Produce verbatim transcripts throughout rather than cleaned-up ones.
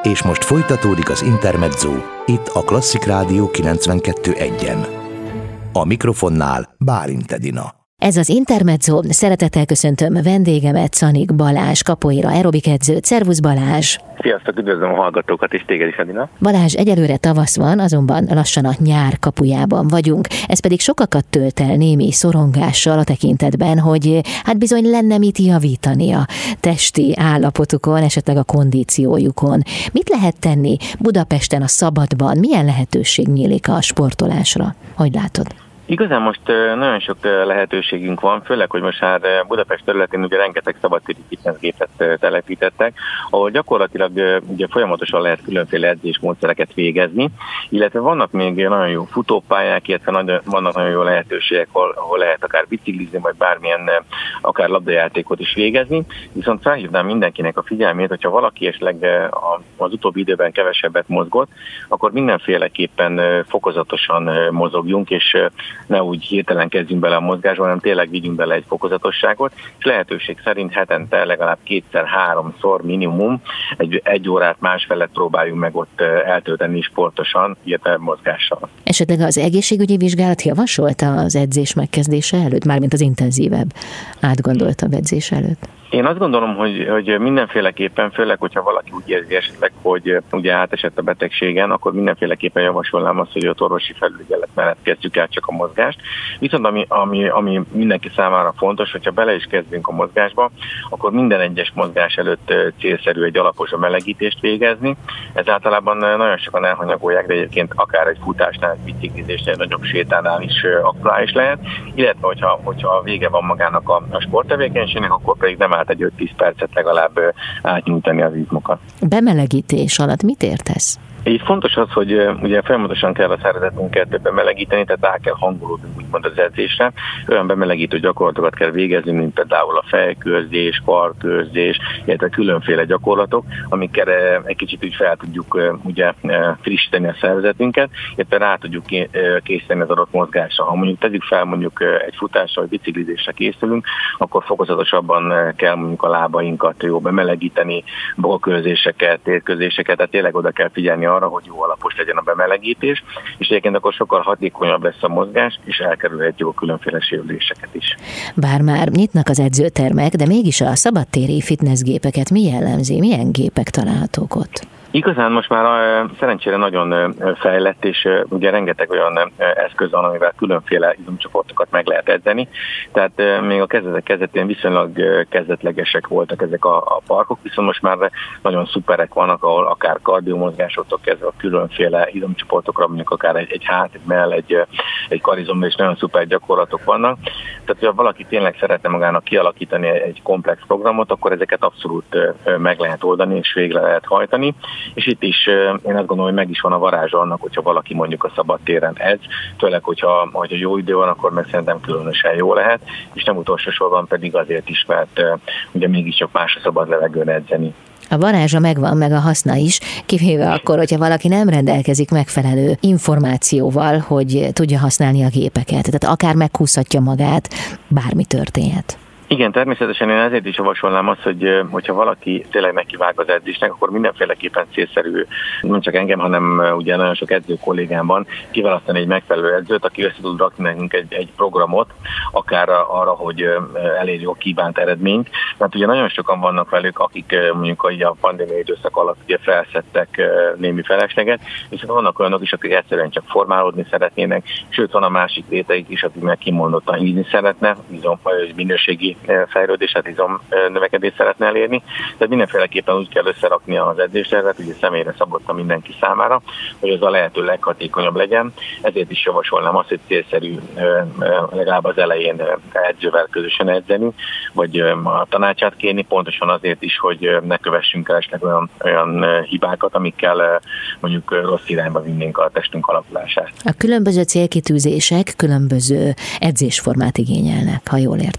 És most folytatódik az Intermezzo, itt a Klasszik Rádió kilencvenkettő egyen. A mikrofonnál Bálint Edina. Ez az Intermezzo, szeretettel köszöntöm vendégemet, Szanik Balázs, capoeira aerobik edzőt. Szervusz Balázs! Sziasztok, üdvözlöm a hallgatókat, és téged is, Edina. Balázs, egyelőre tavasz van, azonban lassan a nyár kapujában vagyunk. Ez pedig sokakat tölt el némi szorongással a tekintetben, hogy hát bizony lenne mit javítani a testi állapotukon, esetleg a kondíciójukon. Mit lehet tenni Budapesten, a szabadban? Milyen lehetőség nyílik a sportolásra? Hogy látod? Igazán most nagyon sok lehetőségünk van, főleg, hogy most már Budapest területén ugye rengeteg szabadtéri fitnessgépet telepítettek, ahol gyakorlatilag ugye folyamatosan lehet különféle edzésmódszereket végezni, illetve vannak még nagyon jó futópályák, illetve nagyon, vannak nagyon jó lehetőségek, ahol, ahol lehet akár biciklizni, vagy bármilyen akár labdajátékot is végezni, viszont felhívnám mindenkinek a figyelmét, hogyha valaki esetleg az utóbbi időben kevesebbet mozgott, akkor mindenféleképpen fokozatosan mozogjunk, és ne úgy hirtelen kezdjünk bele a mozgásba, hanem tényleg vigyünk bele egy fokozatosságot, és lehetőség szerint hetente legalább kétszer-háromszor minimum egy, egy órát másfelett próbáljunk meg ott eltölteni sportosan, illetve mozgással. Esetleg az egészségügyi vizsgálat javasolta az edzés megkezdése előtt, mármint az intenzívebb, átgondoltabb edzés előtt? Én azt gondolom, hogy, hogy mindenféleképpen, főleg, hogyha valaki úgy érzi esetleg, hogy ugye átesett a betegségen, akkor mindenféleképpen javasolnám azt, hogy ott orvosi felügyelet mellett kezdjük el csak a mozgást. Viszont ami, ami, ami mindenki számára fontos, hogyha bele is kezdünk a mozgásba, akkor minden egyes mozgás előtt célszerű egy alapos melegítést végezni. Ez általában nagyon sokan elhanyagolják, de egyébként akár egy futásnál, egy biciklizésnél, nagyobb sétánál is aktuális lehet. Illetve, hogyha, hogyha vége van magának a, a sporttevékenységnek, akkor pedig nem egy öt-tíz percet legalább átnyújtani az izmokat. Bemelegítés alatt mit értesz? Így fontos az, hogy ugye folyamatosan kell a szervezetünket bemelegíteni, tehát rá kell hangolódnunk úgymond az edzésre. Olyan bemelegítő gyakorlatokat kell végezni, mint például a fejkörzés, karkörzés, illetve különféle gyakorlatok, amikkel egy kicsit úgy fel tudjuk ugye frissíteni a szervezetünket, illetve rá tudjuk készíteni az adott mozgásra. Ha mondjuk tegyük fel mondjuk egy futásra vagy biciklizésre készülünk, akkor fokozatosabban kell mondjuk a lábainkat jó bemelegíteni, balkörzéseket, térkörzéseket, tehát tényleg oda kell figyelni arra, hogy jó alapos legyen a bemelegítés, és egyébként akkor sokkal hatékonyabb lesz a mozgás, és elkerülhetjük a különféle sérüléseket is. Bár már nyitnak az edzőtermek, de mégis a szabadtéri fitnessgépeket mi jellemzi? Milyen gépek találhatók ott? Igazán most már szerencsére nagyon fejlett, és ugye rengeteg olyan eszköz van, amivel különféle izomcsoportokat meg lehet edzeni. Tehát még a kezdetek kezdetén viszonylag kezdetlegesek voltak ezek a, a parkok, viszont most már nagyon szuperek vannak, ahol akár kardiomozgásoktól kezdve a különféle izomcsoportokra, mondjuk akár egy, egy hát, egy mell, egy, egy karizomba, és nagyon szuper gyakorlatok vannak. Tehát, ha valaki tényleg szeretne magának kialakítani egy komplex programot, akkor ezeket abszolút meg lehet oldani, és végre lehet hajtani. És itt is én azt gondolom, hogy meg is van a varázsa annak, hogyha valaki mondjuk a szabadtéren edz, főleg, hogyha, hogyha jó idő van, akkor meg szerintem különösen jó lehet, és nem utolsó sorban pedig azért is, mert ugye mégiscsak más a szabad levegőn edzeni. A varázsa megvan, meg a haszna is, kivéve akkor, hogyha valaki nem rendelkezik megfelelő információval, hogy tudja használni a gépeket. Tehát akár meghúzhatja magát, bármi történhet. Igen, természetesen én ezért is javasolnám azt, hogy hogyha valaki tényleg nekivág az edzésnek, akkor mindenféleképpen célszerű, nem csak engem, hanem ugye nagyon sok edző kollégám van, kiválasztani egy megfelelő edzőt, aki össze tud rakni nekünk egy, egy programot, akár arra, hogy elérjük a kívánt eredményt. Mert ugye nagyon sokan vannak velük, akik mondjuk a pandémia időszak alatt ugye felszettek némi felesleget, és vannak olyanok is, akik egyszerűen csak formálódni szeretnének, sőt van a másik rétegük is, akik meg kimondottan hízni szeretne, bizony minőségi fejlődést, izom növekedést szeretne elérni. Tehát mindenféleképpen úgy kell összerakni az edzésre, ugye személyre szabottan mindenki számára, hogy az a lehető leghatékonyabb legyen. Ezért is javasolnám azt, hogy célszerű legalább az elején edzővel közösen edzeni, vagy a tanácsát kérni, pontosan azért is, hogy ne kövessünk el esetleg olyan, olyan hibákat, amikkel mondjuk rossz irányba vinnénk a testünk alakulását. A különböző célkitűzések különböző edzésformát igényelnek, ha jól értem.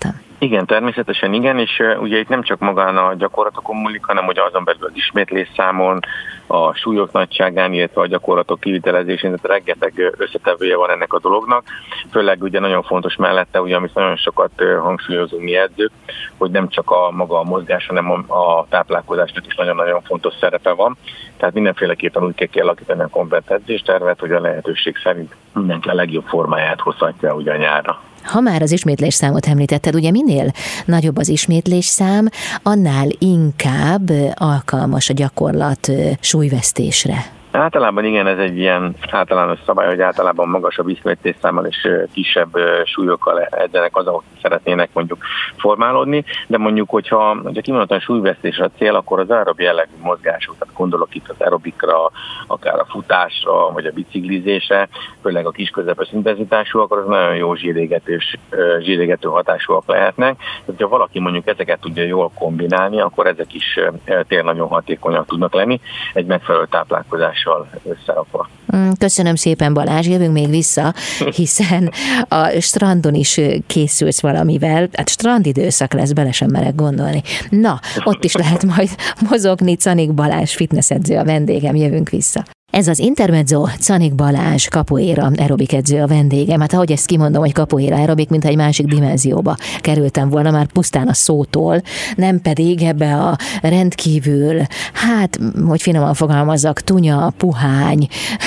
Igen, természetesen igen, és uh, ugye itt nem csak magán a gyakorlatokon múlik, hanem ugye azon belül az ismétlésszámon, a súlyok nagyságán, illetve a gyakorlatok kivitelezésén, tehát rengeteg összetevője van ennek a dolognak. Főleg ugye nagyon fontos mellette, ugye, amit nagyon sokat uh, hangsúlyozunk mi edzők, hogy nem csak a maga a mozgás, hanem a, a táplálkozásnak is nagyon-nagyon fontos szerepe van. Tehát mindenféleképpen úgy kell kialakítani a komplet edzéstervet, hogy a lehetőség szerint mindenki a legjobb formáját hozhatja ugye a nyárra. Ha már az ismétlésszámot említetted, ugye minél nagyobb az ismétlésszám, annál inkább alkalmas a gyakorlat súlyvesztésre. Általában igen, ez egy ilyen általános szabály, hogy általában magasabb ismétlésszámmal és kisebb súlyokkal edzenek azok, akik szeretnének mondjuk formálódni, de mondjuk, hogyha, hogyha kimondottan súlyvesztésre a cél, akkor az aerob jellegű mozgások, tehát gondolok itt az aerobikra, akár a futásra, vagy a biciklizésre, főleg a kis közepes intenzitású, akkor az nagyon jó zsírégetős, zsírégető hatásúak lehetnek. Tehát, ha valaki mondjuk ezeket tudja jól kombinálni, akkor ezek is tényleg nagyon hatékonyak tudnak lenni egy megfelelő táplálkozás összerakva. Köszönöm szépen, Balázs, jövünk még vissza, hiszen a strandon is készülsz valamivel, hát strandidőszak lesz, bele sem merek gondolni. Na, ott is lehet majd mozogni, Czanik Balázs fitnessedző a vendégem, jövünk vissza. Ez az Intermezzo, Czanik Balázs, capoeira aerobik edző a vendégem. Hát ahogy ezt kimondom, hogy capoeira aerobik, mintha egy másik dimenzióba kerültem volna már pusztán a szótól, nem pedig ebbe a rendkívül, hát, hogy finoman fogalmazzak, tunya, puhány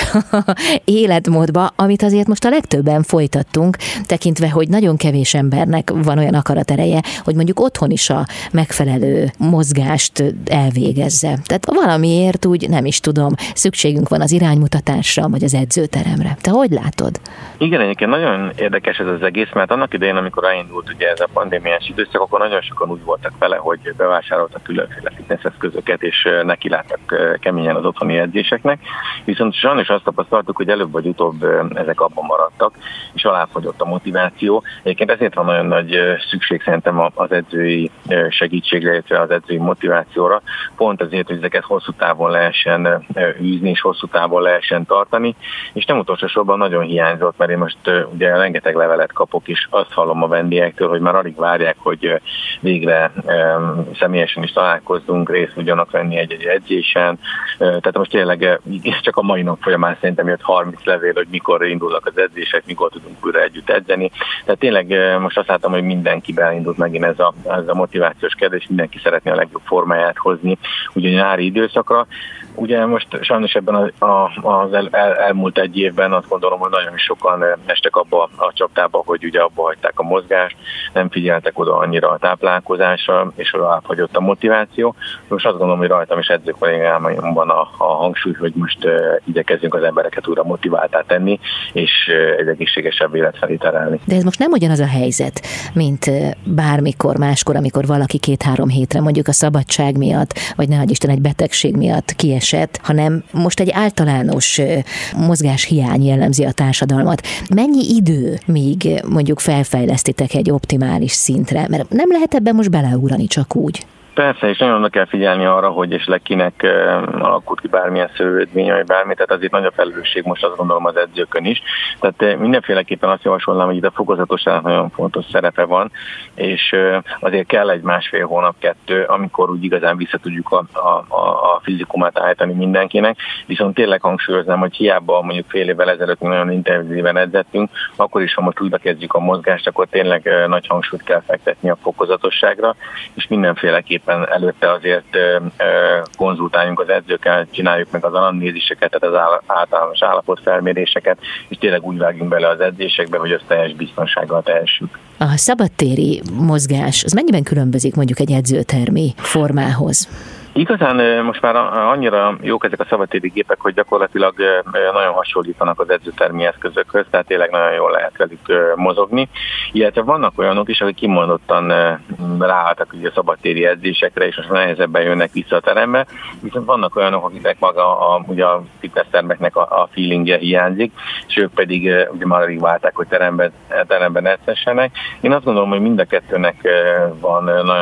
életmódba, amit azért most a legtöbben folytattunk, tekintve, hogy nagyon kevés embernek van olyan akaratereje, hogy mondjuk otthon is a megfelelő mozgást elvégezze. Tehát valamiért úgy, nem is tudom, szükségünk van az iránymutatásra, vagy az edzőteremre. Te hogy látod? Igen, egyébként nagyon érdekes ez az egész, mert annak idején, amikor elindult ugye ez a pandémiás időszak, akkor nagyon sokan úgy voltak vele, hogy bevásároltak különféle fitnesseszközöket, és nekiláttak keményen az otthoni edzéseknek. Viszont sajnos azt tapasztaltuk, hogy előbb vagy utóbb ezek abban maradtak, és alábbhagyott a motiváció. Egyébként ezért van nagyon nagy szükség szerintem az edzői segítségre, illetve az edzői motivációra, pont azért, hogy ezeket hosszú távon lehessen űzni, és hosszú távon lehessen tartani, és nem utolsó sorban nagyon hiányzott, mert én most uh, ugye rengeteg levelet kapok, és azt hallom a vendégektől, hogy már alig várják, hogy uh, végre um, személyesen is találkozzunk, részt tudjanak venni egy-egy edzésen. Uh, tehát most tényleg uh, csak a mai nap folyamán szerintem jött harminc levél, hogy mikor indulnak az edzések, mikor tudunk újra együtt edzeni. Tehát tényleg uh, most azt látom, hogy mindenkiben indult megint ez a, ez a motivációs kérdés, mindenki szeretné a legjobb formáját hozni ugye nyári időszakra. Ugye most sajnos ebben a, a, az el, el, elmúlt egy évben azt gondolom, hogy nagyon sokan estek abba a csapdába, hogy ugye abba hagyták a mozgást, nem figyeltek oda annyira a táplálkozásra, és elhagyott a motiváció. Most azt gondolom, hogy rajtam és edző kollégámban a, a hangsúly, hogy most uh, igyekezzünk az embereket újra motiváltá tenni, és uh, egy egészségesebb élet felé terelni. De ez most nem ugyanaz a helyzet, mint bármikor máskor, amikor valaki két-három hétre mondjuk a szabadság miatt, vagy nehogy Isten egy betegség miatt kiesett, hanem most egy általános mozgáshiány jellemzi a társadalmat. Mennyi idő, míg mondjuk felfejlesztitek egy optimális szintre? Mert nem lehet ebben most beleugrani csak úgy. Persze, és nagyon oda kell figyelni arra, hogy esetleg kinek uh, alakult ki bármilyen szövődmény, vagy bármi, tehát azért nagy a felelősség most azt gondolom az edzőkön is. Tehát uh, mindenféleképpen azt javasolnám, hogy itt a fokozatosságnak nagyon fontos szerepe van, és uh, azért kell egy másfél hónap, kettő, amikor úgy igazán vissza tudjuk a, a, a fizikumát állítani mindenkinek, viszont tényleg hangsúlyoznám, hogy hiába mondjuk fél évvel ezelőtt nagyon intenzíven edzettünk, akkor is, ha most újra kezdjük a mozgást, akkor tényleg uh, nagy hangsúlyt kell fektetni a fokozatosságra, és mindenféleképpen előtte azért ö, ö, konzultáljunk az edzőkkel, csináljuk meg az anamnéziseket, tehát az általános állapotfelméréseket, és tényleg úgy vágjunk bele az edzésekbe, hogy azt teljes biztonsággal tehessük. A szabadtéri mozgás, az mennyiben különbözik mondjuk egy edzőtermi formához? Igazán most már annyira jók ezek a szabadtéri gépek, hogy gyakorlatilag nagyon hasonlítanak az edzőtermi eszközökhöz, tehát tényleg nagyon jól lehet velük mozogni. Illetve vannak olyanok is, akik kimondottan ráálltak ugye a szabadtéri edzésekre, és most nehezebben jönnek vissza a terembe, viszont vannak olyanok, akiknek maga a, ugye a fitnesstermeknek a, a feelingje hiányzik, és ők pedig ugye már alig várták, hogy teremben, teremben edzessenek. Én azt gondolom, hogy mind a kettőnek van nagyon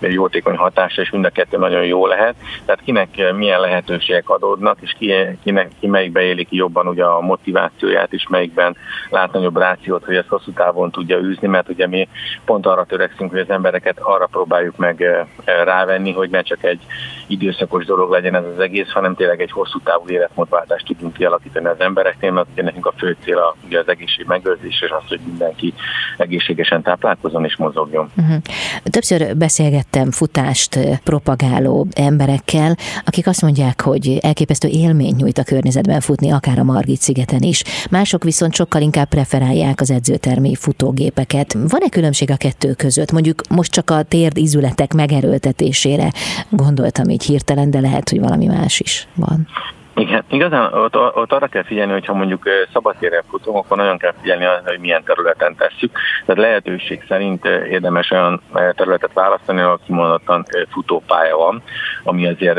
jótékony hatása, és mind a kettő nagyon jó lehet. Tehát kinek milyen lehetőségek adódnak, és ki, kinek, ki melyikbe éli ki jobban ugye a motivációját, és melyikben lát nagyobb rációt, hogy ezt hosszú távon tudja űzni, mert ugye mi pont arra törekszünk, hogy az embereket arra próbáljuk meg rávenni, hogy ne csak egy időszakos dolog legyen ez az egész, hanem tényleg egy hosszú távú életmódváltást tudunk kialakítani az embereknél, mert ugye nekünk a fő cél a, ugye az egészség megőrzés, és az, hogy mindenki egészségesen táplálkozzon és mozogjon. Uh-huh. Többször beszélgettem futást propagáló emberekkel, akik azt mondják, hogy elképesztő élmény nyújt a környezetben futni, akár a Margit-szigeten is. Mások viszont sokkal inkább preferálják az edzőtermi futógépeket. Van-e különbség a kettő között? Mondjuk most csak a térdizületek megerőltetésére gondoltam így hirtelen, de lehet, hogy valami más is van. Igen, igazán ott, ott arra kell figyelni, hogyha mondjuk szabadtéren futunk, akkor nagyon kell figyelni arra, hogy milyen területen tesszük. Tehát lehetőség szerint érdemes olyan területet választani, ahol kimondottan futópálya van, ami azért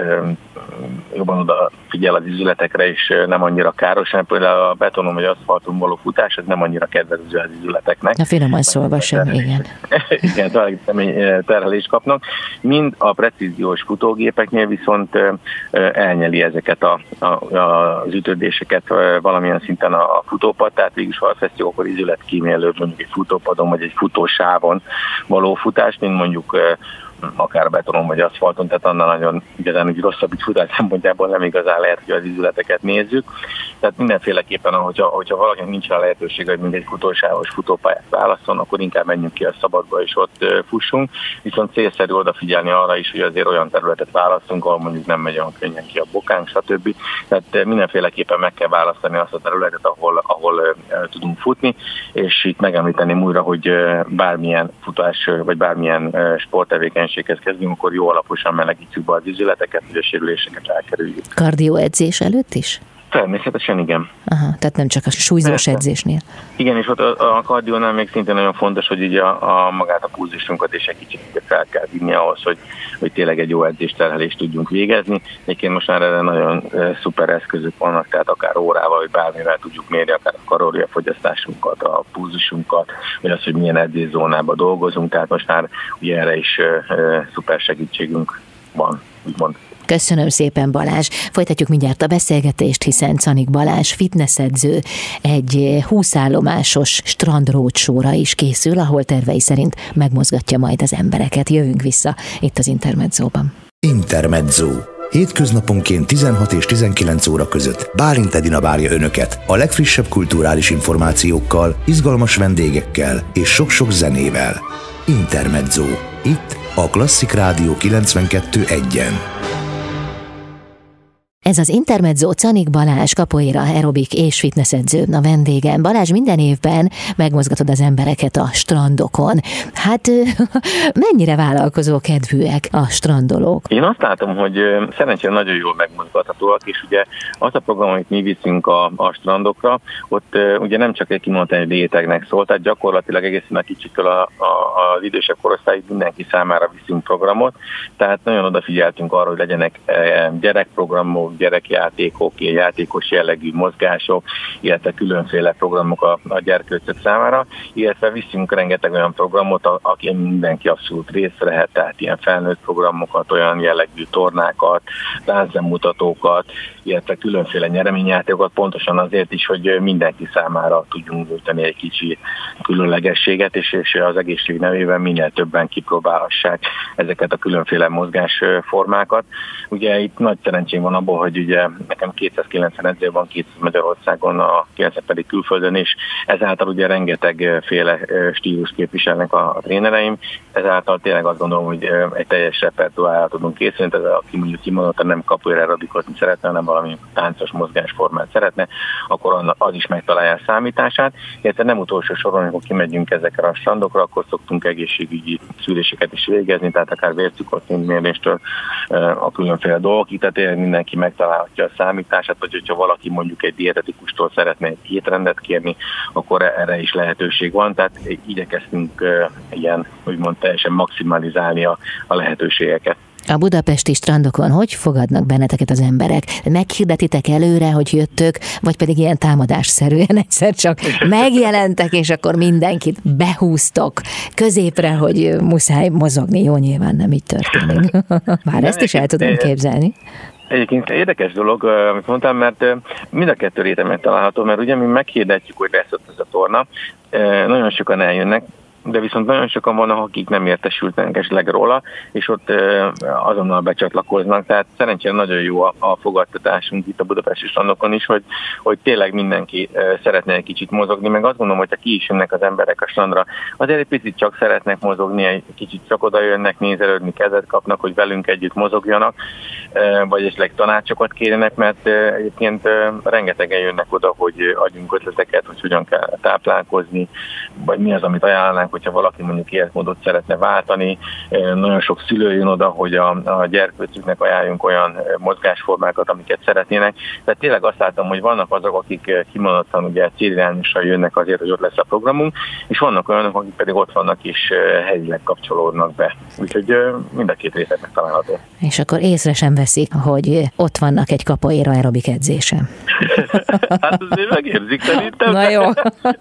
jobban oda figyel az izületekre, és nem annyira káros, hanem például a betonon vagy aszfalton való futás, ez nem annyira kedvező az izületeknek. Na finoman szólva sem, igen. Igen, terhelést kapnak. Mind a precíziós futógépeknél viszont elnyeli ezeket A, a, az ütődéseket valamilyen szinten a, a futópad, tehát végülis ha azt veszik, akkor izületkímélőbb mondjuk egy futópadon vagy egy futósávon való futás, mint mondjuk akár betonon vagy aszfalton, tehát annál nagyon igazán úgy rosszabbik futás szempontjából nem igazán lehet, hogy az izületeket nézzük. Tehát mindenféleképpen, hogyha, hogyha valakinek nincs rá lehetőség, hogy mindegy futósávos futópályát válasszon, akkor inkább menjünk ki a szabadba és ott fussunk. Viszont célszerű odafigyelni arra is, hogy azért olyan területet választunk, ahol mondjuk nem megy olyan könnyen ki a bokánk, stb. Tehát mindenféleképpen meg kell választani azt a területet, ahol, ahol tudunk futni, és itt megemlíteném újra, hogy bármilyen futás vagy bármilyen sporttevékenységhez kezdünk, akkor jó alaposan melegítjük be az izületeket, hogy a sérüléseket elkerüljük. Kardióedzés előtt is? Természetesen igen. Aha, tehát nem csak a súlyzós Persze. edzésnél. Igen, és ott a, a kardiónál még szintén nagyon fontos, hogy így a, a magát a pulzusunkat és egy kicsit fel kell vinni ahhoz, hogy, hogy tényleg egy jó edzésterhelést tudjunk végezni. Egyébként most már erre nagyon e, szuper eszközök vannak, tehát akár órával, vagy bármivel tudjuk mérni, akár a kalóriafogyasztásunkat, a pulzusunkat, vagy az, hogy milyen edzészónában dolgozunk, tehát most már ugye erre is e, e, szuper segítségünk van, úgymond. Köszönöm szépen, Balázs. Folytatjuk mindjárt a beszélgetést, hiszen Czanik Balázs fitnessedző egy húszállomásos strandrócsóra is készül, ahol tervei szerint megmozgatja majd az embereket. Jövünk vissza itt az Intermedzóban. Intermezzo. Hétköznaponként tizenhat és tizenkilenc óra között Bálint Edina várja Önöket a legfrissebb kulturális információkkal, izgalmas vendégekkel és sok-sok zenével. Intermezzo. Itt a Klasszik Rádió kilencvenkettő egyen. Ez az Intermezzo, Czanik Balázs, capoeira, aerobik és fitnessedző a vendégem. Balázs, minden évben megmozgatod az embereket a strandokon. Hát mennyire vállalkozó kedvűek a strandolók? Én azt látom, hogy szerencsére nagyon jól megmozgathatóak, és ugye az a program, amit mi viszünk a, a strandokra, ott ugye nem csak egy kimondani rétegnek szól, tehát gyakorlatilag egészen a kicsitől a, a, az idősebb korosztályig mindenki számára viszünk programot, tehát nagyon odafigyeltünk arra, hogy legyenek gyerekprogramok, gyerekjátékok, ilyen játékos jellegű mozgások, illetve különféle programok a, a gyerkőcök számára, illetve viszünk rengeteg olyan programot, a, aki mindenki abszolút részt vehet, tehát ilyen felnőtt programokat, olyan jellegű tornákat, táncbemutatókat, illetve különféle nyereményjátékokat, pontosan azért is, hogy mindenki számára tudjunk nyújtani egy kicsi különlegességet, és, és az egészség nevében minél többen kipróbálhassák ezeket a különféle mozgásformákat. Ugye itt nagy szerencsém van abból, hogy ugye nekem kétszázkilencven edző van, kétszáz Magyarországon, a kilencven pedig külföldön is, ezáltal ugye rengetegféle stílus képviselnek a, a trénereim, ezáltal tényleg azt gondolom, hogy egy teljes repertoárra tudunk készülni, tehát aki mondjuk kimondottan nem capoeira aerobikozni szeretne, hanem valami táncos mozgásformát szeretne, akkor az is megtalálja a számítását, illetve nem utolsó soron, amikor kimegyünk ezekre a strandokra, akkor szoktunk egészségügyi szűréseket is végezni, tehát akár vércukorszintméréstől a különféle dolgok, tehát mindenki megtalálhatja a számítását, vagy hogyha valaki mondjuk egy dietetikustól szeretne egy étrendet kérni, akkor erre is lehetőség van, tehát igyekeztünk ilyen, úgymond teljesen maximalizálni a, a lehetőségeket. A budapesti strandokon hogy fogadnak benneteket az emberek? Meghirdetitek előre, hogy jöttök, vagy pedig ilyen támadásszerűen egyszer csak megjelentek, és akkor mindenkit behúztok középre, hogy muszáj mozogni? Jó, nyilván nem így történik. Már ezt is el tudom képzelni. Egyébként érdekes dolog, amit mondtam, mert mind a kettő réten megtalálható, mert ugye mi meghirdetjük, hogy lesz ott ez a torna, nagyon sokan eljönnek, de viszont nagyon sokan vannak, akik nem értesültek esetleg róla, és ott azonnal becsatlakoznak, tehát szerencsére nagyon jó a, a fogadtatásunk itt a budapesti strandokon is, hogy, hogy tényleg mindenki szeretne egy kicsit mozogni, meg azt gondolom, hogyha ki is jönnek az emberek a strandra, azért egy picit csak szeretnek mozogni, egy kicsit csak oda jönnek nézelődni, kezet kapnak, hogy velünk együtt mozogjanak, vagy esetleg tanácsokat kérjenek, mert egyébként rengetegen jönnek oda, hogy adjunk ötleteket, hogy hogyan kell táplálkozni, vagy mi az, amit ajánlanánk, hogyha valaki mondjuk életmódot szeretne váltani. Nagyon sok szülő jön oda, hogy a, a gyerkőcüknek ajánljunk olyan mozgásformákat, amiket szeretnének. Tehát tényleg azt látom, hogy vannak azok, akik kimondottan ugye célirányosan jönnek azért, hogy ott lesz a programunk, és vannak olyanok, akik pedig ott vannak és helyileg kapcsolódnak be. Úgyhogy mind a két részet megtalálható. És akkor észre sem veszik, hogy ott vannak egy capoeira aerobik edzésen. Hát azért megérzik szerintem. Na jó.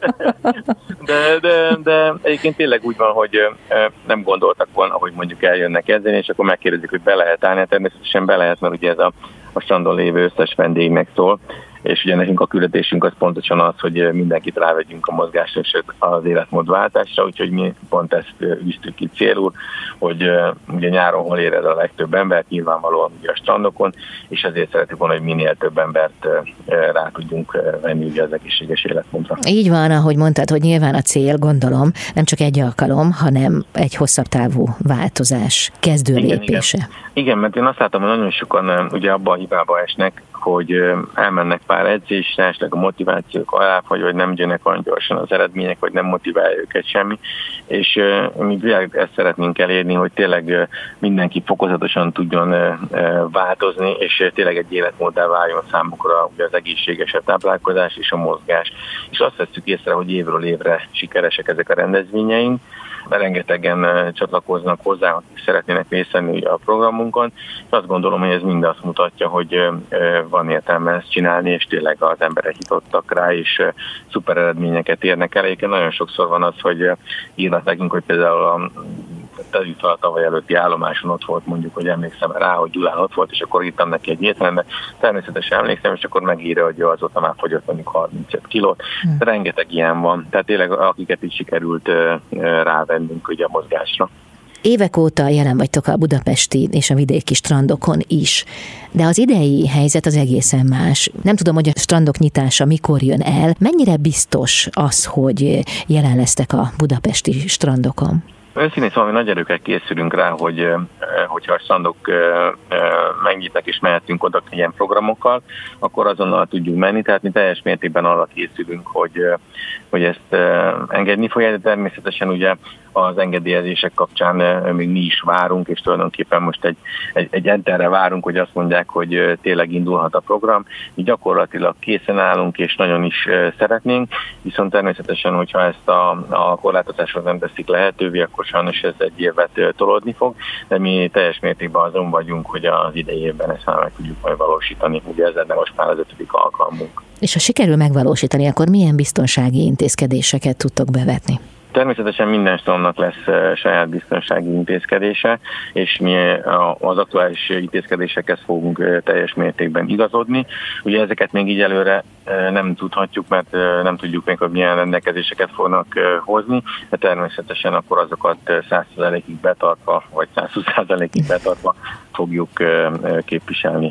De, de, de egyébként tényleg úgy van, hogy nem gondoltak volna, hogy mondjuk eljönnek edzeni, és akkor megkérdezik, hogy be lehet állni. Természetesen be lehet, mert ugye ez a, a strandon lévő összes vendégnek szól, és ugye nekünk a küldetésünk az pontosan az, hogy mindenkit rávegyünk a mozgásra és az életmódváltásra, úgyhogy mi pont ezt üztük ki célul, hogy ugye nyáron hol éred a legtöbb embert, nyilvánvalóan ugye a strandokon, és ezért szeretjük volna, hogy minél több embert rá tudjunk venni ugye az egészséges életmódra. Így van, ahogy mondtad, hogy nyilván a cél, gondolom, nem csak egy alkalom, hanem egy hosszabb távú változás kezdő igen, lépése. Igen. igen, mert én azt látom, hogy nagyon sokan ugye abba a hibába esnek, hogy elmennek pár edzésre, esetleg a motivációk alá, vagy, vagy nem jönnek olyan gyorsan az eredmények, vagy nem motiválja őket semmi. És mi ezt szeretnénk elérni, hogy tényleg mindenki fokozatosan tudjon változni, és tényleg egy életmóddá váljon számukra ugye az egészséges táplálkozás és a mozgás. És azt vesszük észre, hogy évről évre sikeresek ezek a rendezvényeink, rengetegen csatlakoznak hozzá, akik szeretnének részt venni a programunkon, és azt gondolom, hogy ez mind azt mutatja, hogy van értelme ezt csinálni, és tényleg az emberek hitottak rá, és szuper eredményeket érnek el. Egyébként nagyon sokszor van az, hogy írnak nekünk, hogy például a tevőfal tavaly előtti állomáson ott volt, mondjuk, hogy emlékszem rá, hogy Gyulán ott volt, és akkor írtam neki egy étrendet, természetesen emlékszem, és akkor megírja, hogy jó, azóta már fogyott mondjuk harmincöt kilót. Hmm. Rengeteg ilyen van, tehát tényleg akiket is sikerült rávennünk ugye a mozgásra. Évek óta jelen vagytok a budapesti és a vidéki strandokon is, de az idei helyzet az egészen más. Nem tudom, hogy a strandok nyitása mikor jön el. Mennyire biztos az, hogy jelen lesztek a budapesti strandokon? Őszintén szóval mi nagy erőkkel készülünk rá, hogy hogyha a strandok megnyitnak és mehetünk oda ilyen programokkal, akkor azonnal tudjunk menni, tehát mi teljes mértékben arra készülünk, hogy, hogy ezt engedni fogja, de természetesen ugye az engedélyezések kapcsán még mi is várunk, és tulajdonképpen most egy, egy, egy enterre várunk, hogy azt mondják, hogy tényleg indulhat a program. Mi gyakorlatilag készen állunk, és nagyon is szeretnénk, viszont természetesen, hogyha ezt a, a korlátozáshoz nem teszik lehetővé, akkor sajnos ez egy évet tolódni fog, de mi teljes mértékben azon vagyunk, hogy az idei évben ezt már meg tudjuk majd valósítani. Ugye ez lenne most már az ötödik alkalmunk. És ha sikerül megvalósítani, akkor milyen biztonsági intézkedéseket tudtok bevetni? Természetesen minden strandnak lesz saját biztonsági intézkedése, és mi az aktuális intézkedésekhez fogunk teljes mértékben igazodni. Ugye ezeket még így előre nem tudhatjuk, mert nem tudjuk még, hogy milyen rendelkezéseket fognak hozni, de természetesen akkor azokat száz százalékig betartva, vagy százhúsz százalékig betartva fogjuk képviselni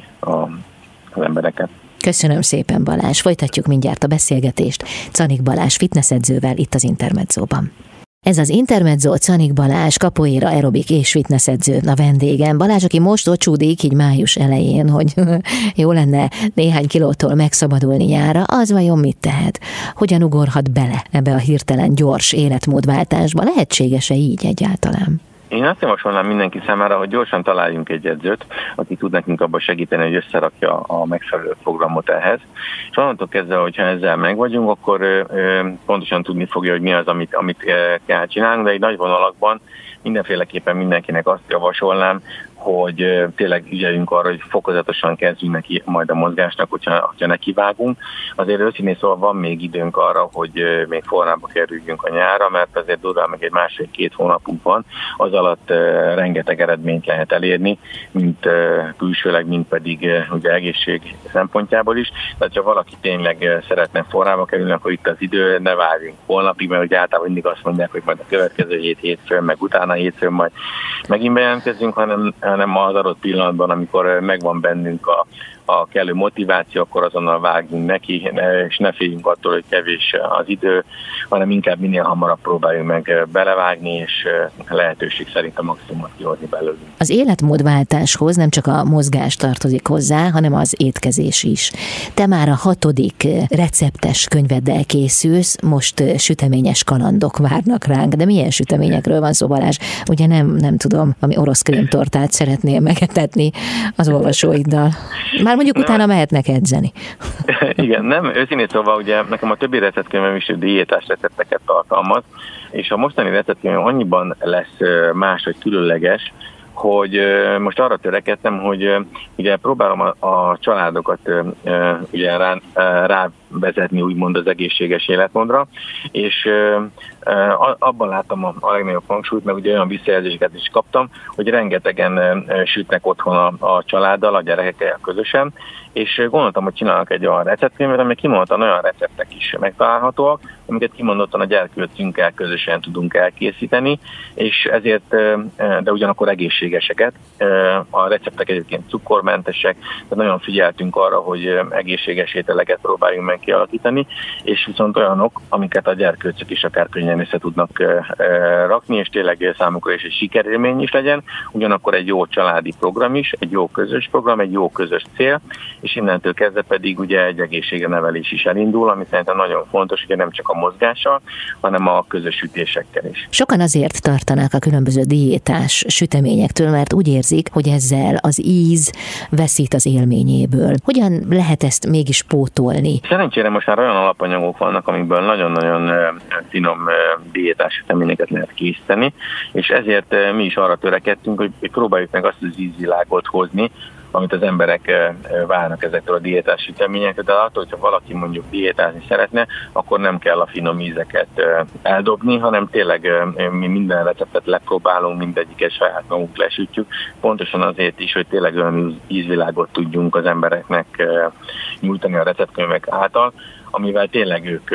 az embereket. Köszönöm szépen, Balázs. Folytatjuk mindjárt a beszélgetést Czanik Balázs fitnessedzővel itt az Intermedzóban. Ez az Intermezzo, Czanik Balázs, capoeira aerobik és fitnessedző a vendégem. Balázs, aki most ocsúdik így május elején, hogy jó lenne néhány kilótól megszabadulni nyára, az vajon mit tehet? Hogyan ugorhat bele ebbe a hirtelen gyors életmódváltásba? Lehetséges-e így egyáltalán? Én azt javasolnám mindenki számára, hogy gyorsan találjunk egy edzőt, aki tud nekünk abban segíteni, hogy összerakja a megfelelő programot ehhez. És onnantól kezdve, hogyha ezzel megvagyunk, akkor ö, ö, pontosan tudni fogja, hogy mi az, amit, amit kell csinálnunk, de egy nagy vonalakban mindenféleképpen mindenkinek azt javasolnám, hogy tényleg ügyeljünk arra, hogy fokozatosan kezdjünk neki majd a mozgásnak, hogyha, hogyha nekivágunk. Azért őszintén szóval van még időnk arra, hogy még formába kerüljünk a nyárra, mert azért durván meg egy másfél-két hónapunk van, az alatt rengeteg eredményt lehet elérni, mint külsőleg, mint pedig ugye egészség szempontjából is. Tehát ha valaki tényleg szeretne formába kerülni, akkor itt az idő, ne várjunk holnapig, mert ugye általában mindig azt mondják, hogy majd a következő hét hétfőn, meg utána hétfőn majd megint bejelentkezünk, hanem, hanem az adott pillanatban, amikor megvan bennünk a, a kellő motiváció, akkor azonnal vágjunk neki, és ne féljünk attól, hogy kevés az idő, hanem inkább minél hamarabb próbáljunk meg belevágni, és lehetőség szerint a maximumot kihozni belőlünk. Az életmódváltáshoz nem csak a mozgás tartozik hozzá, hanem az étkezés is. Te már a hatodik receptes könyveddel készülsz, most süteményes kalandok várnak ránk, de milyen süteményekről van szó, Balázs? Ugye nem, nem tudom, ami orosz krémtortát szeretnél megetetni az olvasóiddal. Már mondjuk nem. Utána mehetnek edzeni. Igen, nem, őszintén szóval ugye nekem a többi receptkönyvem is diétás recepteket tartalmaz, és a mostani receptkönyvem annyiban lesz más, vagy különleges, hogy most arra törekedtem, hogy ugye próbálom a, a családokat ugye rá, rávezetni úgymond az egészséges életmódra, és abban láttam a, a legnagyobb hangsúlyt, meg ugye olyan visszajelzéseket is kaptam, hogy rengetegen sütnek otthon a, a családdal, a gyerekekkel közösen, és gondoltam, hogy csinálnak egy olyan receptkönyvet, amely kimondottan olyan receptek is megtalálhatóak, amiket kimondottan a gyerkőcünkkel közösen tudunk elkészíteni, és ezért, de ugyanakkor egészségeseket. A receptek egyébként cukormentesek, tehát nagyon figyeltünk arra, hogy egészséges ételeket próbáljunk meg kialakítani, és viszont olyanok, amiket a gyerkőcök is akár könnyen össze tudnak rakni, és tényleg számukra is egy sikerélmény is legyen, ugyanakkor egy jó családi program is, egy jó közös program, egy jó közös cél, és innentől kezdve pedig ugye egy egészségre nevelés is elindul, ami szerintem nagyon fontos, ugye nem csak a mozgással, hanem a közös sütésekkel is. Sokan azért tartanak a különböző diétás süteményektől, mert úgy érzik, hogy ezzel az íz veszít az élményéből. Hogyan lehet ezt mégis pótolni? Szerencsére most már olyan alapanyagok vannak, amikből nagyon-nagyon finom diétás süteményeket lehet készíteni, és ezért mi is arra törekedtünk, hogy próbáljuk meg azt az ízvilágot hozni, amit az emberek várnak ezektől a diétás süteményektől, de attól, hogyha valaki mondjuk diétázni szeretne, akkor nem kell a finom ízeket eldobni, hanem tényleg mi minden receptet lepróbálunk, mindegyiket saját magunk lesütjük, pontosan azért is, hogy tényleg olyan ízvilágot tudjunk az embereknek nyújtani a receptkönyvek által, amivel tényleg ők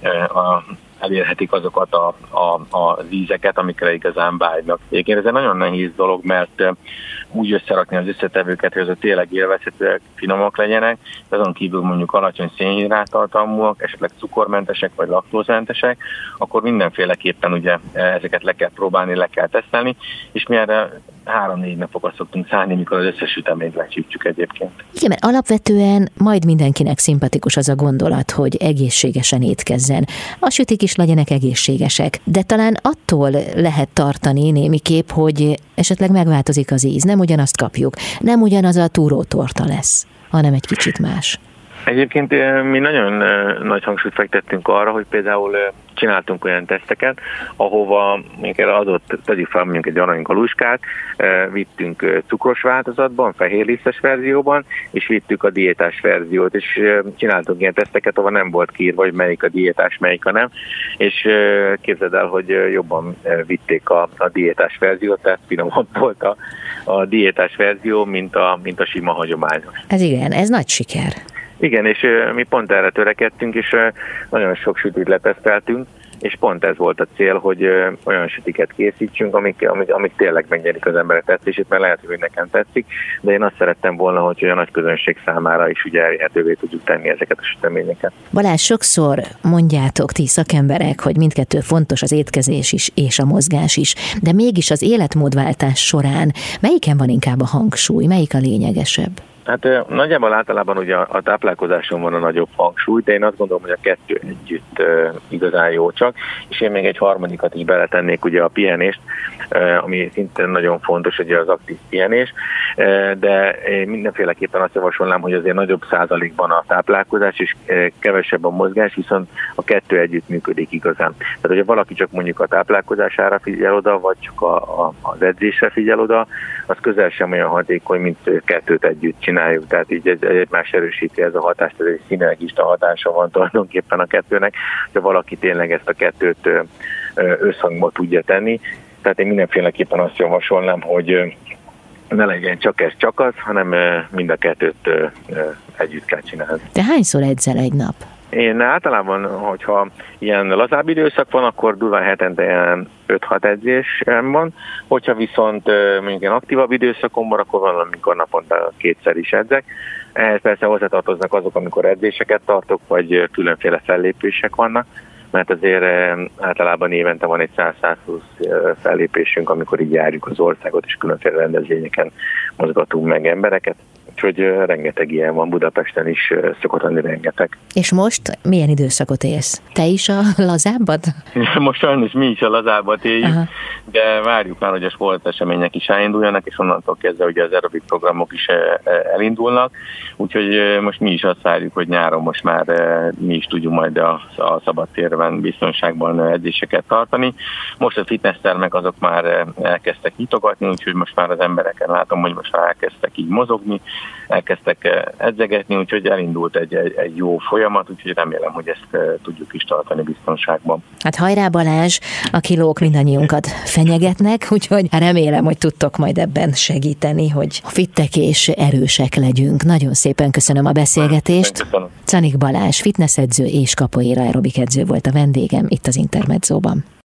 a elérhetik azokat a, a, az ízeket, amikre igazán vágynak. Egyébként ez egy nagyon nehéz dolog, mert úgy összerakni az összetevőket, hogy azok tényleg élvezhetőek, finomak legyenek, de azon kívül mondjuk alacsony szénhidráttartalmúak, esetleg cukormentesek vagy laktózmentesek, akkor mindenféleképpen ugye ezeket le kell próbálni, le kell tesztelni, és mi erre három-négy napokat szoktunk szállni, mikor az összes süteményt lecsípjük egyébként. Igen, mert alapvetően majd mindenkinek szimpatikus az a gondolat, hogy egészségesen étkezzen. A sütik is legyenek egészségesek, de talán attól lehet tartani némiképp, hogy esetleg megváltozik az íz, nem ugyanazt kapjuk, nem ugyanaz a túrótorta lesz, hanem egy kicsit más. Egyébként mi nagyon nagy hangsúlyt fektettünk arra, hogy például csináltunk olyan teszteket, ahova minket adott, tegyük fel mondjuk egy aranygaluskát, vittünk cukros változatban, fehérlisztes verzióban, és vittük a diétás verziót, és csináltunk ilyen teszteket, ahova nem volt kiírva, hogy melyik a diétás, melyik a nem, és képzeld el, hogy jobban vitték a, a diétás verziót, tehát finomabb volt a, a diétás verzió, mint a, mint a sima hagyományos. Ez igen, ez nagy siker. Igen, és mi pont erre törekedtünk, és nagyon sok sütit leteszteltünk, és pont ez volt a cél, hogy olyan sütiket készítsünk, amik, amik, amik tényleg megnyerik az emberek tetszését, mert lehet, hogy nekem tetszik, de én azt szerettem volna, hogy olyan nagy közönség számára is ugye elérhetővé tudjuk tenni ezeket a süteményeket. Balázs, sokszor mondjátok ti szakemberek, hogy mindkettő fontos, az étkezés is és a mozgás is, de mégis az életmódváltás során melyiken van inkább a hangsúly, melyik a lényegesebb? Hát nagyjából általában ugye a táplálkozáson van a nagyobb hangsúly, de én azt gondolom, hogy a kettő együtt igazán jó csak, és én még egy harmadikat is beletennék, ugye a pihenést, ami szintén nagyon fontos, ugye az aktív pihenés, de én mindenféleképpen azt javasolnám, hogy azért nagyobb százalékban a táplálkozás, és kevesebb a mozgás, viszont a kettő együtt működik igazán. Tehát, hogyha valaki csak mondjuk a táplálkozására figyel oda, vagy csak a, a, az edzésre figyel oda, az közel sem olyan hatékony, mint kettőt együtt csináljuk. Tehát így egy, egymás erősíti ez a hatást, ez egy szinergista hatása van tulajdonképpen a kettőnek, hogy valaki tényleg ezt a kettőt összhangba tudja tenni. Tehát én mindenféleképpen azt javasolnám, hogy ne legyen csak ez, csak az, hanem mind a kettőt együtt kell csinálni. Te hányszor edzel egy nap? Én általában, hogyha ilyen lazább időszak van, akkor durván hetente ilyen öt-hat edzés van. Hogyha viszont mondjuk ilyen aktívabb időszakon van, akkor valamikor naponta kétszer is edzek. Ehhez persze hozzátartoznak azok, amikor edzéseket tartok, vagy különféle fellépések vannak, mert azért általában évente van egy száz-százhúsz fellépésünk, amikor így járjuk az országot, és különféle rendezvényeken mozgatunk meg embereket. Úgyhogy rengeteg ilyen van, Budapesten is szokott lenni rengeteg. És most milyen időszakot élsz? Te is a lazábbad? Most sajnos mi is a lazábbat éljük, aha, de várjuk már, hogy a sportesemények is elinduljanak, és onnantól kezdve ugye az aerobik programok is elindulnak, úgyhogy most mi is azt várjuk, hogy nyáron most már mi is tudjuk majd a, a szabadtérben biztonságban edzéseket tartani. Most a fitnesstermek azok már elkezdtek nyitogatni, úgyhogy most már az embereken látom, hogy most már elkezdtek így mozogni, elkezdtek edzegetni, úgyhogy elindult egy, egy, egy jó folyamat, úgyhogy remélem, hogy ezt tudjuk is tartani biztonságban. Hát hajrá Balázs, a kilók mindannyiunkat fenyegetnek, úgyhogy remélem, hogy tudtok majd ebben segíteni, hogy fittek és erősek legyünk. Nagyon szépen köszönöm a beszélgetést. Köszönöm. Czanik Balázs, fitnessedző és capoeira aerobik edző volt a vendégem itt az Intermedzóban.